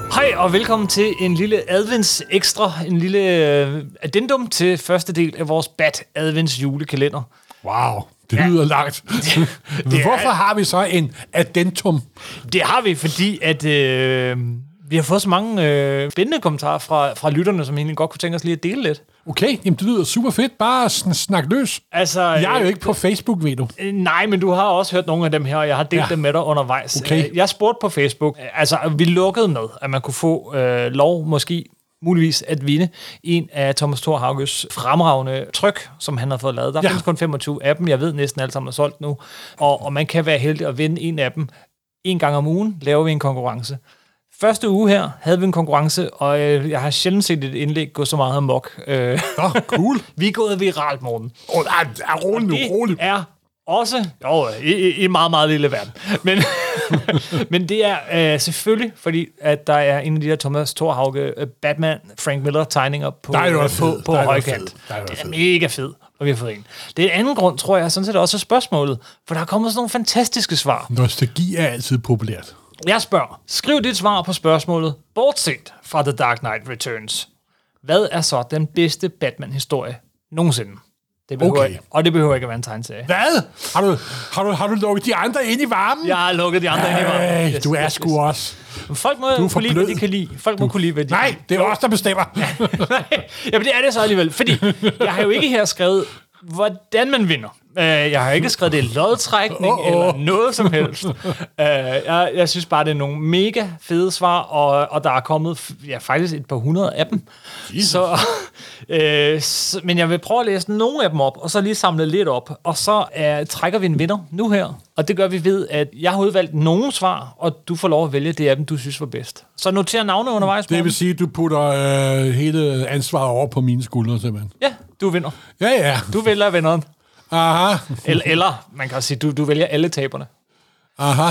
Hej og velkommen til en lille advents ekstra, en lille addendum til første del af vores Bat Advents julekalender. Wow, det lyder langt. Hvorfor har vi så en addendum? Det har vi, fordi at vi har fået så mange spændende kommentarer fra lytterne, som egentlig godt kunne tænke os lige at dele lidt. Okay, jamen det lyder super fedt. Bare snak løs. Altså, jeg er jo ikke på Facebook, ved du. Nej, men du har også hørt nogle af dem her, og jeg har delt dem med dig undervejs. Okay. Jeg spurgte på Facebook, altså vi lukkede med, at man kunne få lov, måske muligvis at vinde en af Thomas Thor Hauges fremragende tryk, som han har fået lavet. Der findes kun 25 af dem. Jeg ved næsten alle sammen er solgt nu. Og man kan være heldig at vinde en af dem. En gang om ugen laver vi en konkurrence. Første uge her havde vi en konkurrence, og jeg har sjældent set et indlæg gå så meget amok. Cool. Vi er gået viralt, Morten. Rolig. Det er også i en meget, meget lille verden. Men det er selvfølgelig, fordi at der er en af de der Thomas Thor Hauge Batman Frank Miller tegninger på højkant. Det er mega fed, og vi har fået en. Det er en anden grund, tror jeg, sådan set også er spørgsmålet, for der er kommet sådan nogle fantastiske svar. Nostalgi er altid populært. Jeg spørger, skriv dit svar på spørgsmålet, bortset fra The Dark Knight Returns. Hvad er så den bedste Batman-historie nogensinde? Det behøver ikke at være en tegneserie. Hvad? Har du lukket de andre ind i varmen? Jeg har lukket de andre ind i varmen. Du er sgu også. Folk må kunne lide, hvad de kan lide. Folk må kunne lide, hvad de Nej, det er os, der bestemmer. Ja, men det er det så alligevel. Fordi jeg har jo ikke her skrevet, hvordan man vinder. Jeg har ikke skrevet det i lodtrækning eller noget som helst. Jeg synes bare, det er nogle mega fede svar, og der er kommet faktisk et par 100 af dem. Men jeg vil prøve at læse nogle af dem op, og så lige samle lidt op, og så trækker vi en vinder nu her. Og det gør vi ved, at jeg har udvalgt nogle svar, og du får lov at vælge det af dem, du synes var bedst. Så noter navne undervejs. Det vil sige, at du putter hele ansvaret over på mine skuldre, simpelthen. Ja, du vinder. Ja. Du vælger vinderen. Aha. Eller man kan sige, du vælger alle taberne. Aha.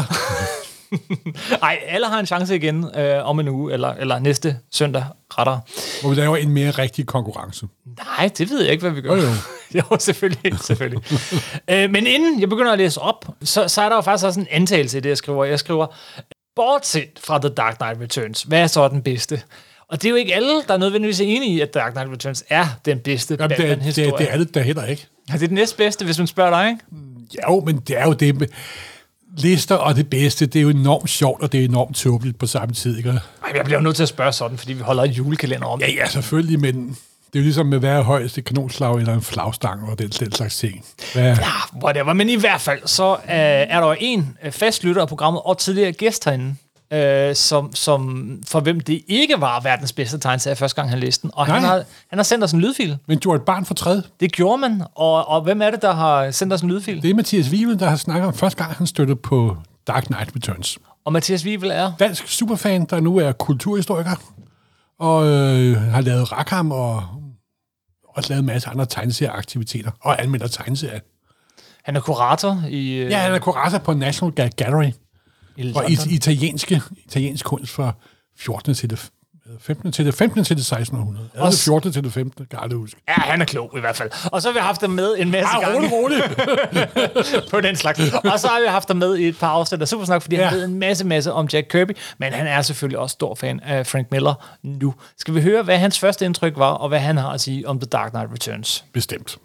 Ej, alle har en chance igen om en uge, eller næste søndag rettere. Hvor vi laver en mere rigtig konkurrence. Nej, det ved jeg ikke, hvad vi gør. Jo, selvfølgelig. Men inden jeg begynder at læse op, så er der jo faktisk også en antagelse i det, jeg skriver. Jeg skriver, bortset fra The Dark Knight Returns, hvad er så den bedste? Og det er jo ikke alle, der er nødvendigvis enige i, at Dark Knight Returns er den bedste Batman-historie. Det er det da heller ikke. Ja, det er det næstbedste, hvis man spørger dig, ikke? Jo, men det er jo det med lister og det bedste. Det er jo enormt sjovt, og det er enormt tåbeligt på samme tid, ikke? Ej, jeg bliver jo nødt til at spørge sådan, fordi vi holder et julekalender om det. Ja, selvfølgelig, men det er jo ligesom med hver højeste kanonslag eller en flagstang og den slags ting. Ja, whatever. Men i hvert fald, så er der jo en fastlytter af programmet og tidligere gæst herinde, som for hvem det ikke var verdens bedste tegneserie første gang han læste den. Og han har sendt os en lydfil. Men du er et barn for træde. Det gjorde man. Og hvem er det, der har sendt os en lydfil? Det er Mathias Wivel, der har snakket om første gang, han støttede på Dark Knight Returns. Og Mathias Wivel er? Dansk superfan, der nu er kulturhistoriker. Og har lavet Rackham og også lavet en masse andre tegneserieaktiviteter. Og anmelder tegneserier. Han er kurator i... Ja, han er kurator på National Gallery. Og italiensk kunst fra 14. til det 15. til det 1600. Eller det 14. til det 15. kan jeg aldrig huske. Ja, han er klog i hvert fald. Og så har vi haft dem med en masse gange. Rolig. På den slags. Og så har vi haft dem med i et par afsnit af Supersnak, fordi han ved en masse om Jack Kirby, men han er selvfølgelig også stor fan af Frank Miller nu. Skal vi høre, hvad hans første indtryk var, og hvad han har at sige om The Dark Knight Returns? Bestemt.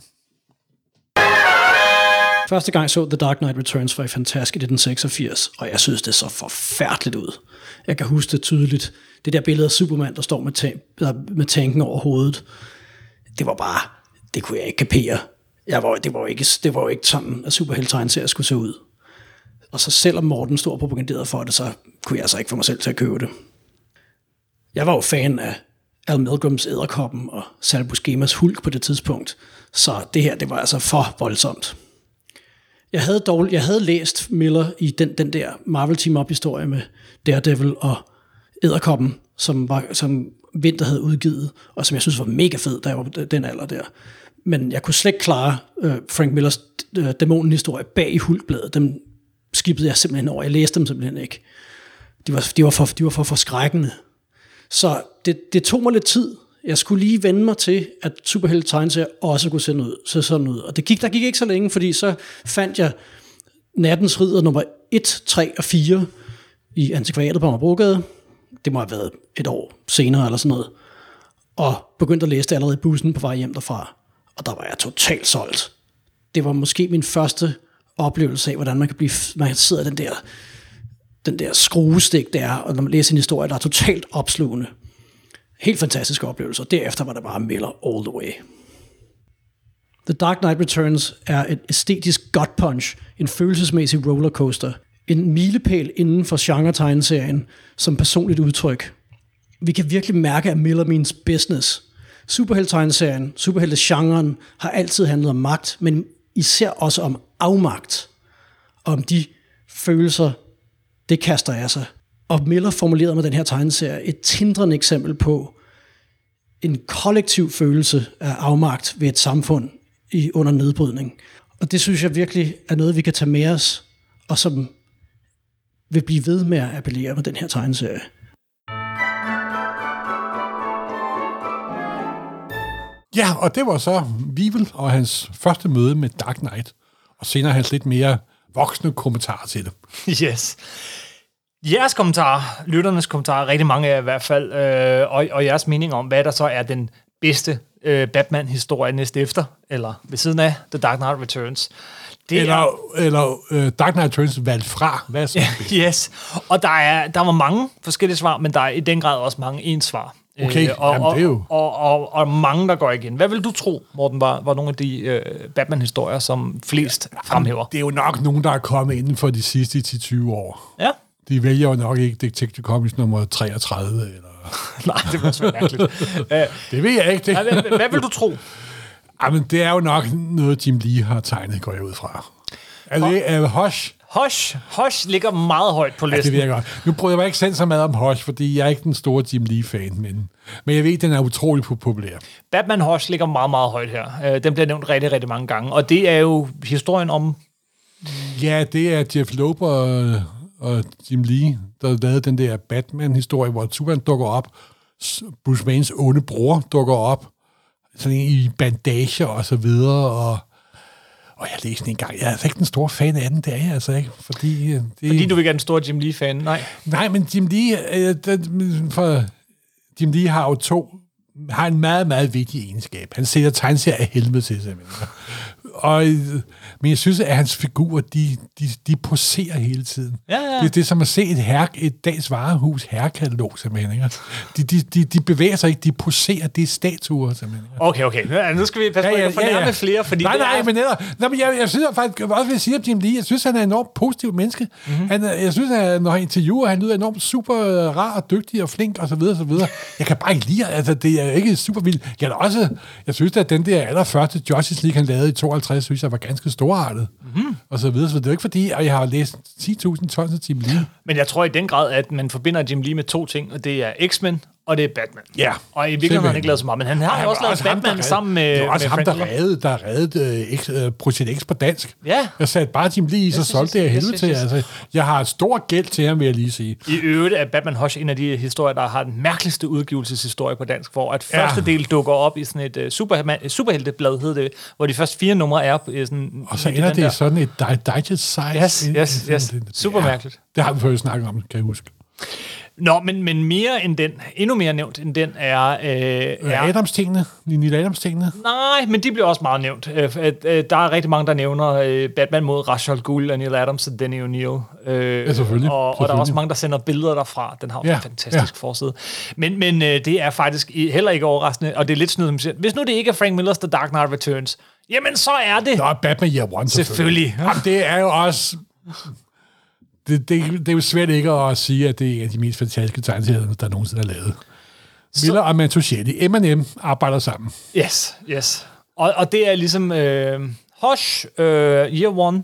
Første gang så The Dark Knight Returns var i Fantastic i 1986, og jeg synes, det så forfærdeligt ud. Jeg kan huske det tydeligt. Det der billede af Superman, der står med tanken over hovedet, det var bare, det kunne jeg ikke kapere. Det var jo ikke sådan, at superheltegneserier skulle se ud. Og så selvom Morten stod og propaganderede for det, så kunne jeg altså ikke få mig selv til at købe det. Jeg var jo fan af Al Milgrams Edderkoppen og Sal Buscema's Hulk på det tidspunkt, så det her, det var altså for voldsomt. Jeg havde læst Miller i den der Marvel Team-up-historie med Daredevil og Edderkoppen, som Winter havde udgivet, og som jeg synes var mega fed, da jeg var den alder der. Men jeg kunne slet ikke klare Frank Millers dæmonenhistorie bag i Hulkbladet. Dem skippede jeg simpelthen over. Jeg læste dem simpelthen ikke. De var for forskrækkende. Så det tog mig lidt tid. Jeg skulle lige vende mig til, at superhelte-tegneserier også kunne se sådan ud. Og der gik ikke så længe, fordi så fandt jeg Nattens Ridder nummer 1, 3 og 4 i antikvariatet på Amagerbrogade. det må have været et år senere eller sådan noget, og begyndte at læse det allerede i bussen på vej hjem derfra, og der var jeg totalt solgt. Det var måske min første oplevelse af, hvordan man kan blive, man sidder den der skruestik der, og når man læser en historie, der er totalt opslugende. Helt fantastiske oplevelser. Derefter var det bare Miller all the way. The Dark Knight Returns er et æstetisk gut punch, en følelsesmæssig rollercoaster, en milepæl inden for genre-tegneserien som personligt udtryk. Vi kan virkelig mærke, at Miller means business. Superhelte-tegneserien, superhelte-genren har altid handlet om magt, men især også om afmagt. Om de følelser, det kaster af sig. Og Miller formulerede med den her tegneserie et tindrende eksempel på en kollektiv følelse af afmagt ved et samfund under nedbrydning. Og det synes jeg virkelig er noget, vi kan tage med os, og som vil blive ved med at appellere med den her tegneserie. Ja, og det var så Weevil og hans første møde med Dark Knight, og senere hans lidt mere voksne kommentarer til det. Yes. Jeres kommentarer, lytternes kommentarer, rigtig mange af i hvert fald, og jeres mening om, hvad der så er den bedste Batman-historie næste efter, eller ved siden af The Dark Knight Returns. Eller Dark Knight Returns valgt fra. Hvad er så yes, og der var mange forskellige svar, men der er i den grad også mange ens svar. Okay, jamen, det er jo... og mange, der går igen. Hvad vil du tro, Morten, var nogle af de Batman-historier, som flest fremhæver? Det er jo nok nogen, der er kommet inden for de sidste 10-20 år. Ja. De vælger jo nok ikke Detective Comics nummer 33, eller... Nej, det var svært mærkeligt. Det ved jeg ikke. Hvad vil du tro? Jamen, det er jo nok noget, Jim Lee har tegnet, går jeg ud fra. Hush ligger meget højt på listen. Ja, det virker godt. Nu prøver jeg ikke selv så meget om Hush, fordi jeg er ikke den store Jim Lee-fan, men jeg ved, den er utrolig populær. Batman Hush ligger meget, meget højt her. Den bliver nævnt rigtig, rigtig mange gange, og det er jo historien om... Ja, det er Jeff Loeb og Jim Lee, der lavede den der Batman-historie, hvor Superman dukker op, Bruce Waynes onde bror dukker op, sådan i bandager og så videre, og jeg læste den en gang. Jeg er altså ikke den store fan af den, det er jeg altså ikke. Fordi du ikke er den store Jim Lee-fan? Nej, men Jim Lee har en meget, meget vigtig egenskab. Han sætter tegneserier af helvede til, simpelthen. Men jeg synes, at hans figurer, de poserer hele tiden. Ja. Det er som at se et dags varehus herrekatalog, simpelthen. De bevæger sig ikke, de poserer, det er statuer, simpelthen. Okay. Nu skal vi passe på at fornærme flere, fordi men jeg synes faktisk, også vil sige om Jim Lee, jeg synes, han er en enormt positiv menneske. Mm-hmm. Jeg synes, at når han interviewer, han lyder enormt super rar og dygtig og flink, og så videre, så videre. Jeg kan bare ikke lide, altså det er ikke super vildt. Jeg synes, at den der allerførste Justice League, han lavede i 52, synes jeg var ganske storartet. Mm-hmm. Og så videre, så det er ikke fordi, at jeg har læst 10.000 tons af Jim Lee. Men jeg tror i den grad, at man forbinder Jim Lee med to ting, og det er X-Men, og det er Batman. Ja. Og i virkeligheden har han ikke lavet så meget, men han har også lavet Batman sammen med... Det var også ham, der reddede Projekt X på dansk. Ja. Jeg satte bare Jim Lee i, så solgte det af helvede til. Altså, jeg har et stor gæld til ham, vil jeg lige sige. I øvrigt er Batman Hush en af de historier, der har den mærkeligste udgivelseshistorie på dansk, hvor at første del dukker op i sådan et superhelteblad, hedder det, hvor de første 4 numre er sådan... Og så ender det sådan et digest size. Yes. Super mærkeligt. Det har vi før snakket om, kan jeg huske. Nå, men mere end den, endnu mere nævnt end den er Adams-tingene, Neil Adams-tingene. Nej, men de bliver også meget nævnt. Der er rigtig mange, der nævner Batman mod Ra's al Ghul og Neil Adams og Denny O'Neil. Ja, selvfølgelig. Og der er også mange, der sender billeder derfra. Den har også en fantastisk forside. Men det er faktisk heller ikke overraskende, og det er lidt snydt, som siger, hvis nu det ikke er Frank Millers The Dark Knight Returns, jamen så er det... Nå, Batman Year One, selvfølgelig. Jamen, det er jo også... Det er jo svært ikke at sige, at det er en af de mest fantastiske tegneserier, der nogensinde er lavet. Miller og Mantuschetti, M&M arbejder sammen. Yes. Og det er ligesom Hush, Year One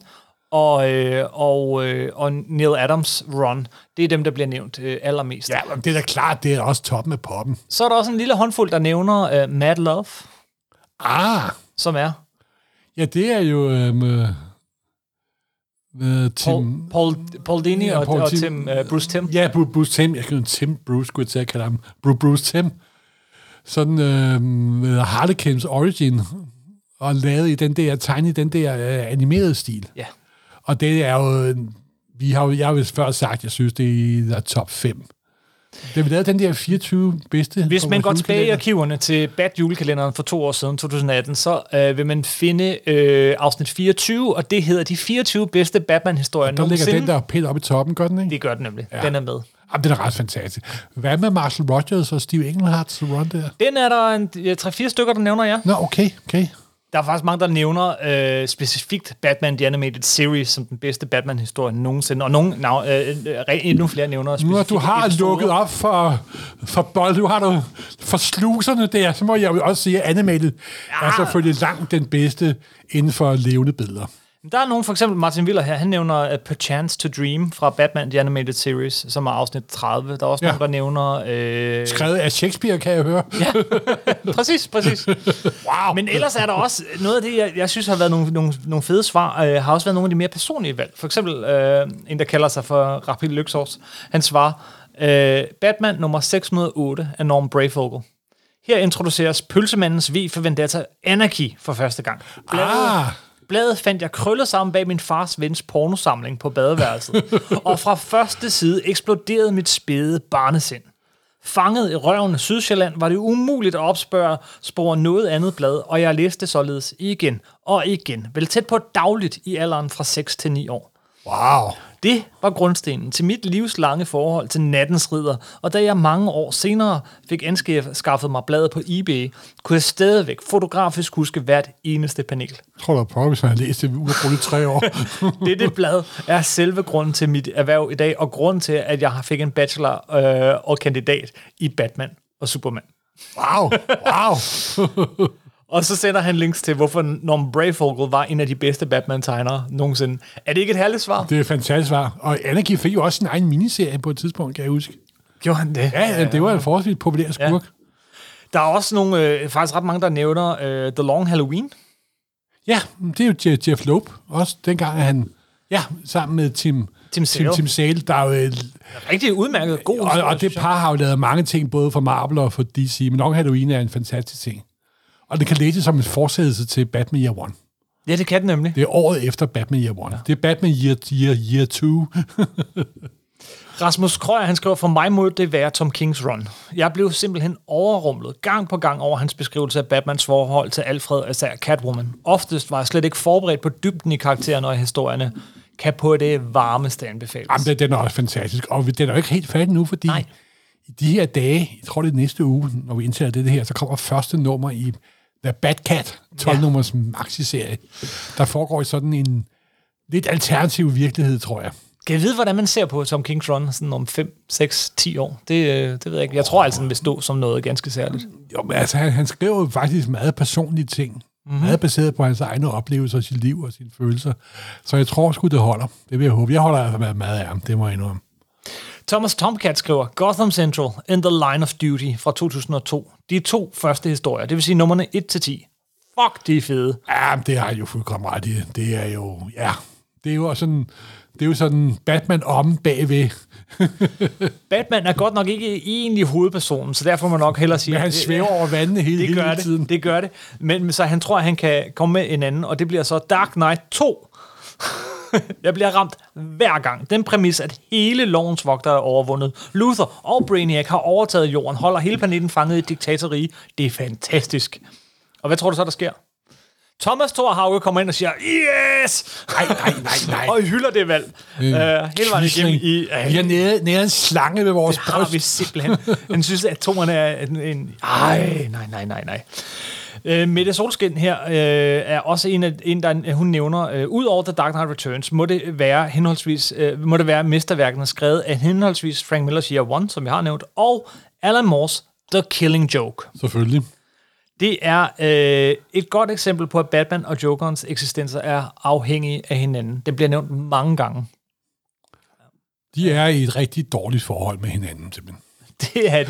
og Neil Adams run. Det er dem, der bliver nævnt allermest. Ja, men det er da klart, det er også toppen af poppen. Så er der også en lille håndfuld, der nævner Mad Love. Som er? Ja, det er jo... Paul Dini og Bruce Timm. Ja, Bruce Timm. Jeg kan Tim Bruce, skulle jeg til at kalde ham. Bruce Timm. Sådan Harlequins origin. Og lavet i den der, tegnet i den der animerede stil. Ja. Og det er jo... Jeg har jo før sagt, jeg synes, det er top 5 Det vi lavede den der 24 bedste. Hvis man går tilbage i arkiverne til Bat-julekalenderen for 2 år siden, 2018, så vil man finde afsnit 24, og det hedder de 24 bedste Batman-historier nogensinde. Der ligger den der pænt op i toppen, gør den ikke? Det gør den nemlig. Ja. Den er med. Jamen, den er ret fantastisk. Hvad med Marshall Rogers og Steve Englehardts run der? Den er der 3-4 stykker, der nævner, ja. Nå, okay. Der er faktisk mange, der nævner specifikt Batman The Animated Series som den bedste Batman-historie nogensinde, og endnu flere nævner specifikt. Nu du har lukket op for bold, du har du for sluserne der, så må jeg jo også sige, at Animated er selvfølgelig langt den bedste inden for levende billeder. Der er nogen, for eksempel Martin Willer her, han nævner Perchance to Dream fra Batman The Animated Series, som er afsnit 30. Der er også nogen, der nævner... Skrevet af Shakespeare, kan jeg høre. Ja, præcis. Wow. Men ellers er der også noget af det, jeg synes har været nogle fede svar, har også været nogle af de mere personlige valg. For eksempel en, der kalder sig for Raphael Lyxors. Han svarer, Batman nummer 608 af Norm Brayfogle. Her introduceres pølsemandens V for Vendetta Anarchy for første gang. Bladet fandt jeg krøllet sammen bag min fars vens pornosamling på badeværelset, og fra første side eksploderede mit spæde barnesind. Fanget i røven af Sydsjælland var det umuligt at spore noget andet blad, og jeg læste således igen og igen, vel tæt på dagligt i alderen fra 6 til 9 år. Wow! Det var grundstenen til mit livslange forhold til Nattens Ridder, og da jeg mange år senere fik anskaffet mig bladet på eBay, kunne jeg stadigvæk fotografisk huske hvert eneste panel. Jeg tror, der er på, hvis jeg har læst det uafbrudt i 3 år. Dette blad er selve grunden til mit erhverv i dag, og grunden til, at jeg fik en bachelor og kandidat i Batman og Superman. Wow! Og så sender han links til, hvorfor Norm Brayfogle var en af de bedste Batman-tegnere nogensinde. Er det ikke et herligt svar? Det er et fantastisk svar. Og Anarchy fik jo også sin egen miniserie på et tidspunkt, kan jeg huske. Gjorde han det? Ja, det var en forholdsvis populær skurk. Ja. Der er også nogle, faktisk ret mange, der nævner The Long Halloween. Ja, det er jo Jeff Loeb. Også dengang han, sammen med Tim Sale, der er jo rigtig udmærket god. Og det par har jo lavet mange ting, både for Marvel og for DC, men Long Halloween er en fantastisk ting. Og det kan læses som en fortsættelse til Batman Year One. Ja, det kan det nemlig. Det er året efter Batman Year One. Ja. Det er Batman Year 2. Rasmus Krøyer, han skriver, for mig må det være Tom Kings run. Jeg blev simpelthen overrumlet gang på gang over hans beskrivelse af Batmans forhold til Alfred, altså Catwoman. Oftest var jeg slet ikke forberedt på dybden i karaktererne og historierne. Kan på det varmeste anbefales. Jamen, den er også fantastisk. Og den er jo ikke helt færdig nu, fordi i de her dage, jeg tror det er næste uge, når vi indtager det her, så kommer første nummer i The Batcat, 12-nummers maxi-serie. Der foregår i sådan en lidt alternativ virkelighed, tror jeg. Kan jeg vide, hvordan man ser på Tom King's Run sådan om 5, 6, 10 år? Det ved jeg ikke. Jeg tror altså, den vil stå som noget ganske særligt. Jo, men altså, han skriver jo faktisk meget personlige ting. Meget baseret på hans egne oplevelser, sit liv og sine følelser. Så jeg tror sgu, det holder. Det vil jeg håbe. Jeg holder altså meget af ham, det må jeg indrømme. Thomas Tomcat skriver, Gotham Central, In the Line of Duty fra 2002. De 2 første historier, det vil sige nummerne 1-10. Fuck, de er fede. Ja, det har jeg jo fuldkommen ret i. Det er jo, det er jo sådan... Det er jo sådan Batman om bagved. Batman er godt nok ikke egentlig hovedpersonen, så derfor må man nok hellere sige... Men han svæver over vandene hele tiden. Det gør det. Men så han tror, at han kan komme med en anden, og det bliver så Dark Knight 2. Jeg bliver ramt hver gang. Den præmis, at hele lovens vogter er overvundet. Luthor og Brainiac har overtaget jorden, holder hele planeten fanget i et diktatorrige. Det er fantastisk. Og hvad tror du så, der sker? Thomas Thor Hauge kommer ind og siger, yes! Nej. Og hylder det valg. Hele vejen igennem i... Vi er nede en slange ved vores bryst. Det har vi simpelthen. Han synes, at toren er en... Nej. Mette Solskin her er også en der hun nævner, ud over The Dark Knight Returns, må det være mesterværkene skrevet af henholdsvis Frank Millers Year One, som jeg har nævnt, og Alan Moore's The Killing Joke. Selvfølgelig. Det er et godt eksempel på, at Batman og Jokerens eksistenser er afhængige af hinanden. Det bliver nævnt mange gange. De er i et rigtig dårligt forhold med hinanden, simpelthen. Det er de.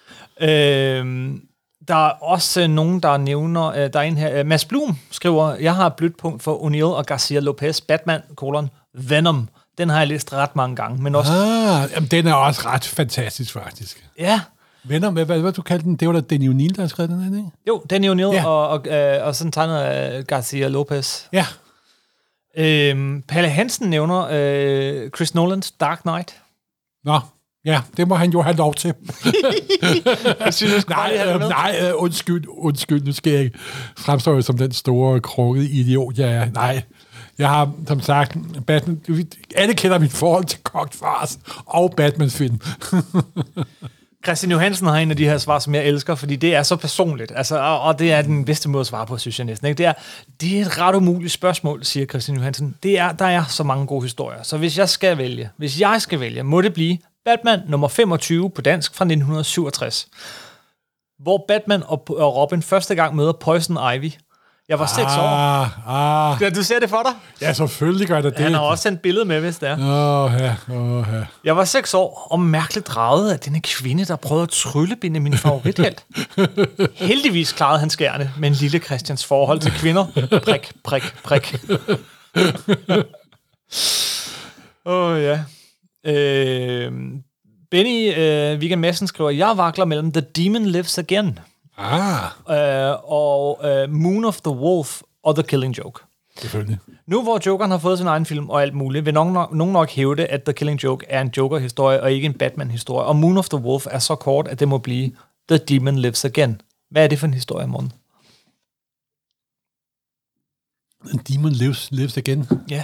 Der er også nogen, der nævner... der er en her... Mads Blum skriver, jeg har et blødt punkt for O'Neill og Garcia Lopez, Batman, Venom. Den har jeg læst ret mange gange, men også... Jamen, den er også ret fantastisk, faktisk. Ja. Venom, hvad du kaldte den? Det var da Danny O'Neill, der har skrevet den, ikke? Jo, Danny O'Neill og sådan tegnet af Garcia Lopez. Ja. Palle Hansen nævner Chris Nolans Dark Knight. Nå. Ja, det må han jo have lov til. Jeg synes, undskyld, nu skal jeg ikke fremstå som den store, krukkede idiot, jeg er. Nej, jeg har, som sagt, Batman, alle kender mit forhold til kogt fars og Batman-film. Christian Johansen har en af de her svar, som jeg elsker, fordi det er så personligt, altså, og det er den bedste måde at svare på, synes jeg næsten. Ikke? Det er et ret umuligt spørgsmål, siger Christian Johansen. Der er så mange gode historier, så hvis jeg skal vælge, må det blive Batman nummer 25 på dansk fra 1967, hvor Batman og Robin første gang møder Poison Ivy. Jeg var 6 år. Ja, du ser det for dig? Ja, selvfølgelig gør det. Han har også sendt billede med, hvis det er. Ja. Jeg var 6 år og mærkeligt draget af denne kvinde, der prøvede at tryllebinde min favorithelt. Heldigvis klarede han skærene, men lille Christians forhold til kvinder. Prik. Ja. Benny Vigga Madsen skriver, jeg vakler mellem The Demon Lives Again og Moon of the Wolf og The Killing Joke. Selvfølgelig. Nu hvor Jokeren har fået sin egen film og alt muligt, vil nogen nok hævde, at The Killing Joke er en Joker-historie og ikke en Batman-historie, og Moon of the Wolf er så kort, at det må blive The Demon Lives Again. Hvad er det for en historie, Morten? The Demon Lives Again? Ja.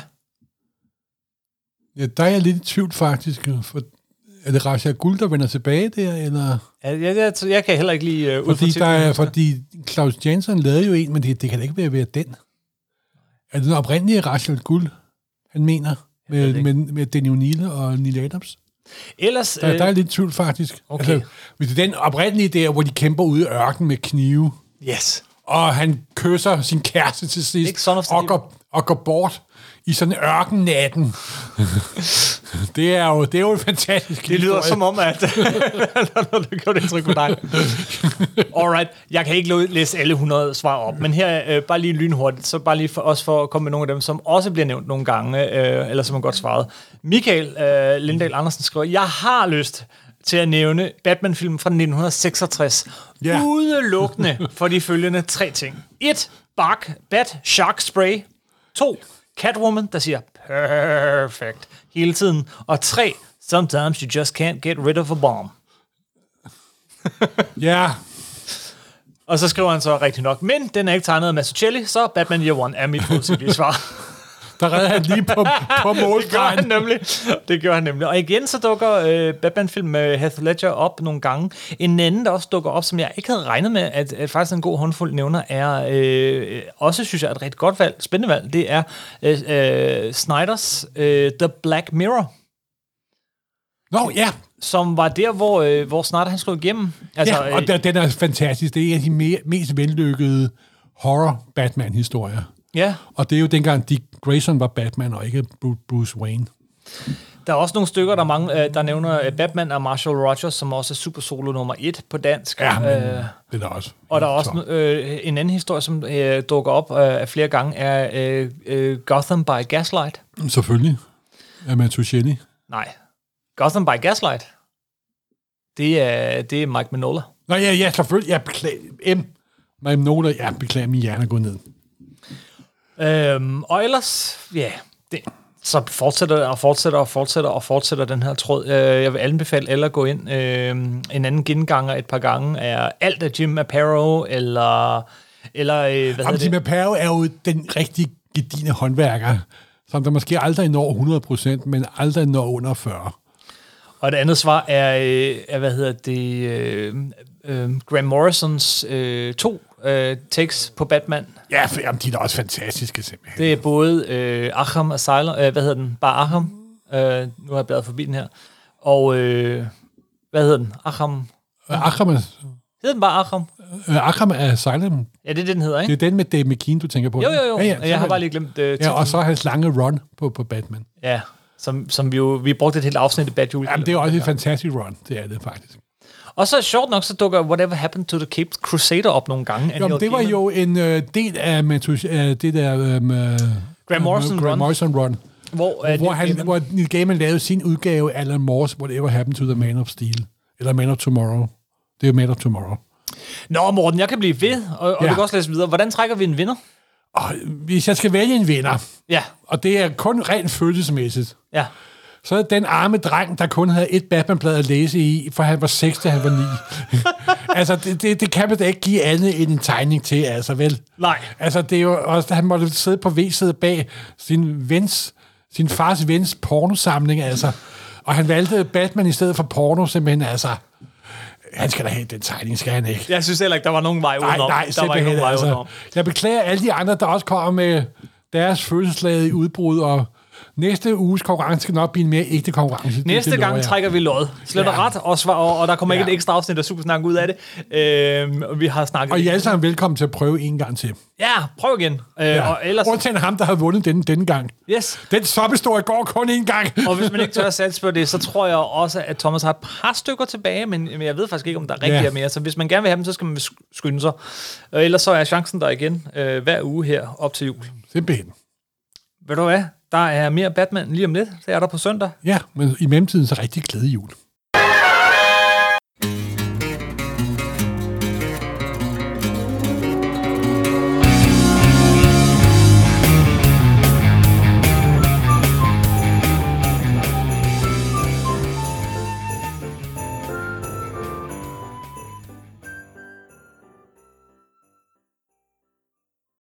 Ja, der er jeg lidt i tvivl faktisk. For er det Ra's al Ghul, der vender tilbage der, eller? Jeg kan heller ikke lige fordi Klaus Janson lavede jo en, men det kan da ikke være den. Er det den oprindelige Ra's al Ghul, han mener, med Danny O'Neill og Neil Adams? Ellers, der er lidt tvivl faktisk. Okay. Altså, hvis det er den oprindelige der, hvor de kæmper ude i ørkenen med knive. Yes. Og han kysser sin kæreste til sidst, og går bort i sådan en ørkennatten. det er jo en fantastisk Det lyder som om, at det gjorde indtryk på dig. Alright, jeg kan ikke læse alle 100 svar op, men her bare lige lynhurtigt, så bare lige for at komme med nogle af dem, som også bliver nævnt nogle gange, eller som er godt svaret. Michael Lindahl Andersen skriver, jeg har lyst til at nævne Batman-filmen fra 1966. Yeah. Udelukkende for de følgende 3 ting. 1. Bat Shark Spray. 2. Catwoman, der siger perfect hele tiden. Og 3. Sometimes you just can't get rid of a bomb. Ja. Og så skriver han så rigtig nok, men den er ikke tegnet af Mazzucchelli, så Batman Year One er mit positive svar. Der redder han lige på målstregen. Det gør han nemlig. Og igen så dukker Batman-film med Heath Ledger op nogle gange. En anden, der også dukker op, som jeg ikke havde regnet med, at faktisk en god håndfuld nævner, er også, synes jeg, et rigtig godt valg, spændende valg. Det er Snyders The Black Mirror. Ja. Som var der, hvor Snyder han slog igennem. Altså, ja, og den er fantastisk. Det er en af de mest vellykkede horror-Batman-historier. Ja. Og det er jo dengang Dick Grayson var Batman, og ikke Bruce Wayne. Der er også nogle stykker, der nævner Batman af Marshall Rogers, som også er Super Solo nummer 1 på dansk. Ja, men det er der også. Og der er også en anden historie, som dukker op flere gange, er Gotham by Gaslight. Selvfølgelig. Er Mazzucchelli? Nej. Gotham by Gaslight. Det er Mike Mignola. Nå ja, selvfølgelig. Jeg beklager. Mike Mignola, jeg beklager, min hjerne er gået ned. Og ellers, ja, så fortsætter den her tråd. Jeg vil anbefale alle at gå ind. En anden genganger et par gange er alt af Jim Aparo, eller hvad hedder det? Jim Aparo er jo den rigtig gedigne håndværker, som der måske aldrig når 100%, men aldrig når under 40%. Og det andet svar er hvad hedder det, Graham Morrisons 2 takes på Batman. Ja, for jamen, de er også fantastiske simpelthen. Det er både Arkham Asylum, hvad hedder den? Bare Arkham. Nu har jeg bladet forbi den her. Og hvad hedder den? Arkham. Hedder den bare Arkham? Arkham Asylum. Ja, det er det, den hedder, ikke? Det er den med Dave McKean, du tænker på. Jo. Ja, jeg har bare lige glemt ja, og så hans lange run på Batman. Ja, som vi brugte et helt afsnit i Batman. Jamen, det er også et fantastisk run. Det er det faktisk. Og så sjovt nok, så dukker Whatever Happened to the Caped Crusader op nogle gange. Jo, det var jo en del af det der Graham Morrison Run. Hvor Neil Gaiman lavede sin udgave af Alan Moore's Whatever Happened to the Man of Steel. Eller Man of Tomorrow. Det er Man of Tomorrow. Nå, Morten, jeg kan blive ved, og vi kan også læse videre. Hvordan trækker vi en vinder? Hvis jeg skal vælge en vinder, ja, og det er kun rent følelsesmæssigt, ja, så er den arme dreng, der kun havde et Batman-blad at læse i, for han var 6, da han var 9. Altså, det kan man da ikke give andet end en tegning til, altså vel? Nej. Altså, det er jo også, han måtte sidde på V-sædet bag sin fars vens pornosamling, altså. Og han valgte Batman i stedet for porno, simpelthen, altså. Han skal da have den tegning, skal han ikke? Jeg synes heller ikke, der var nogen vej udenom. Nej, der var ikke nogen vej altså. udenom. Jeg beklager alle de andre, der også kommer med deres følelseslag i udbrud, og næste uges konkurrence skal nok blive en mere ægte konkurrence. Næste gang trækker vi lod. Slet og ret, og der kommer ikke et ekstra afsnit af Supersnak ud af det. Vi har snakket... Og I er alle sammen velkommen til at prøve en gang til. Ja, prøv igen. Og ellers... Undtagen ham, der har vundet denne gang. Yes. Den soppestår i går kun en gang. Og hvis man ikke tør at satse på det, så tror jeg også, at Thomas har et par stykker tilbage, men jeg ved faktisk ikke, om der rigtig er mere. Så hvis man gerne vil have dem, så skal man skynde sig. Ellers så er chancen der igen hver uge her op til jul. Simpelthen. Ved du hvad? Der er mere Batman lige om lidt. Det er der på søndag. Ja, men i mellemtiden så rigtig glæde jul.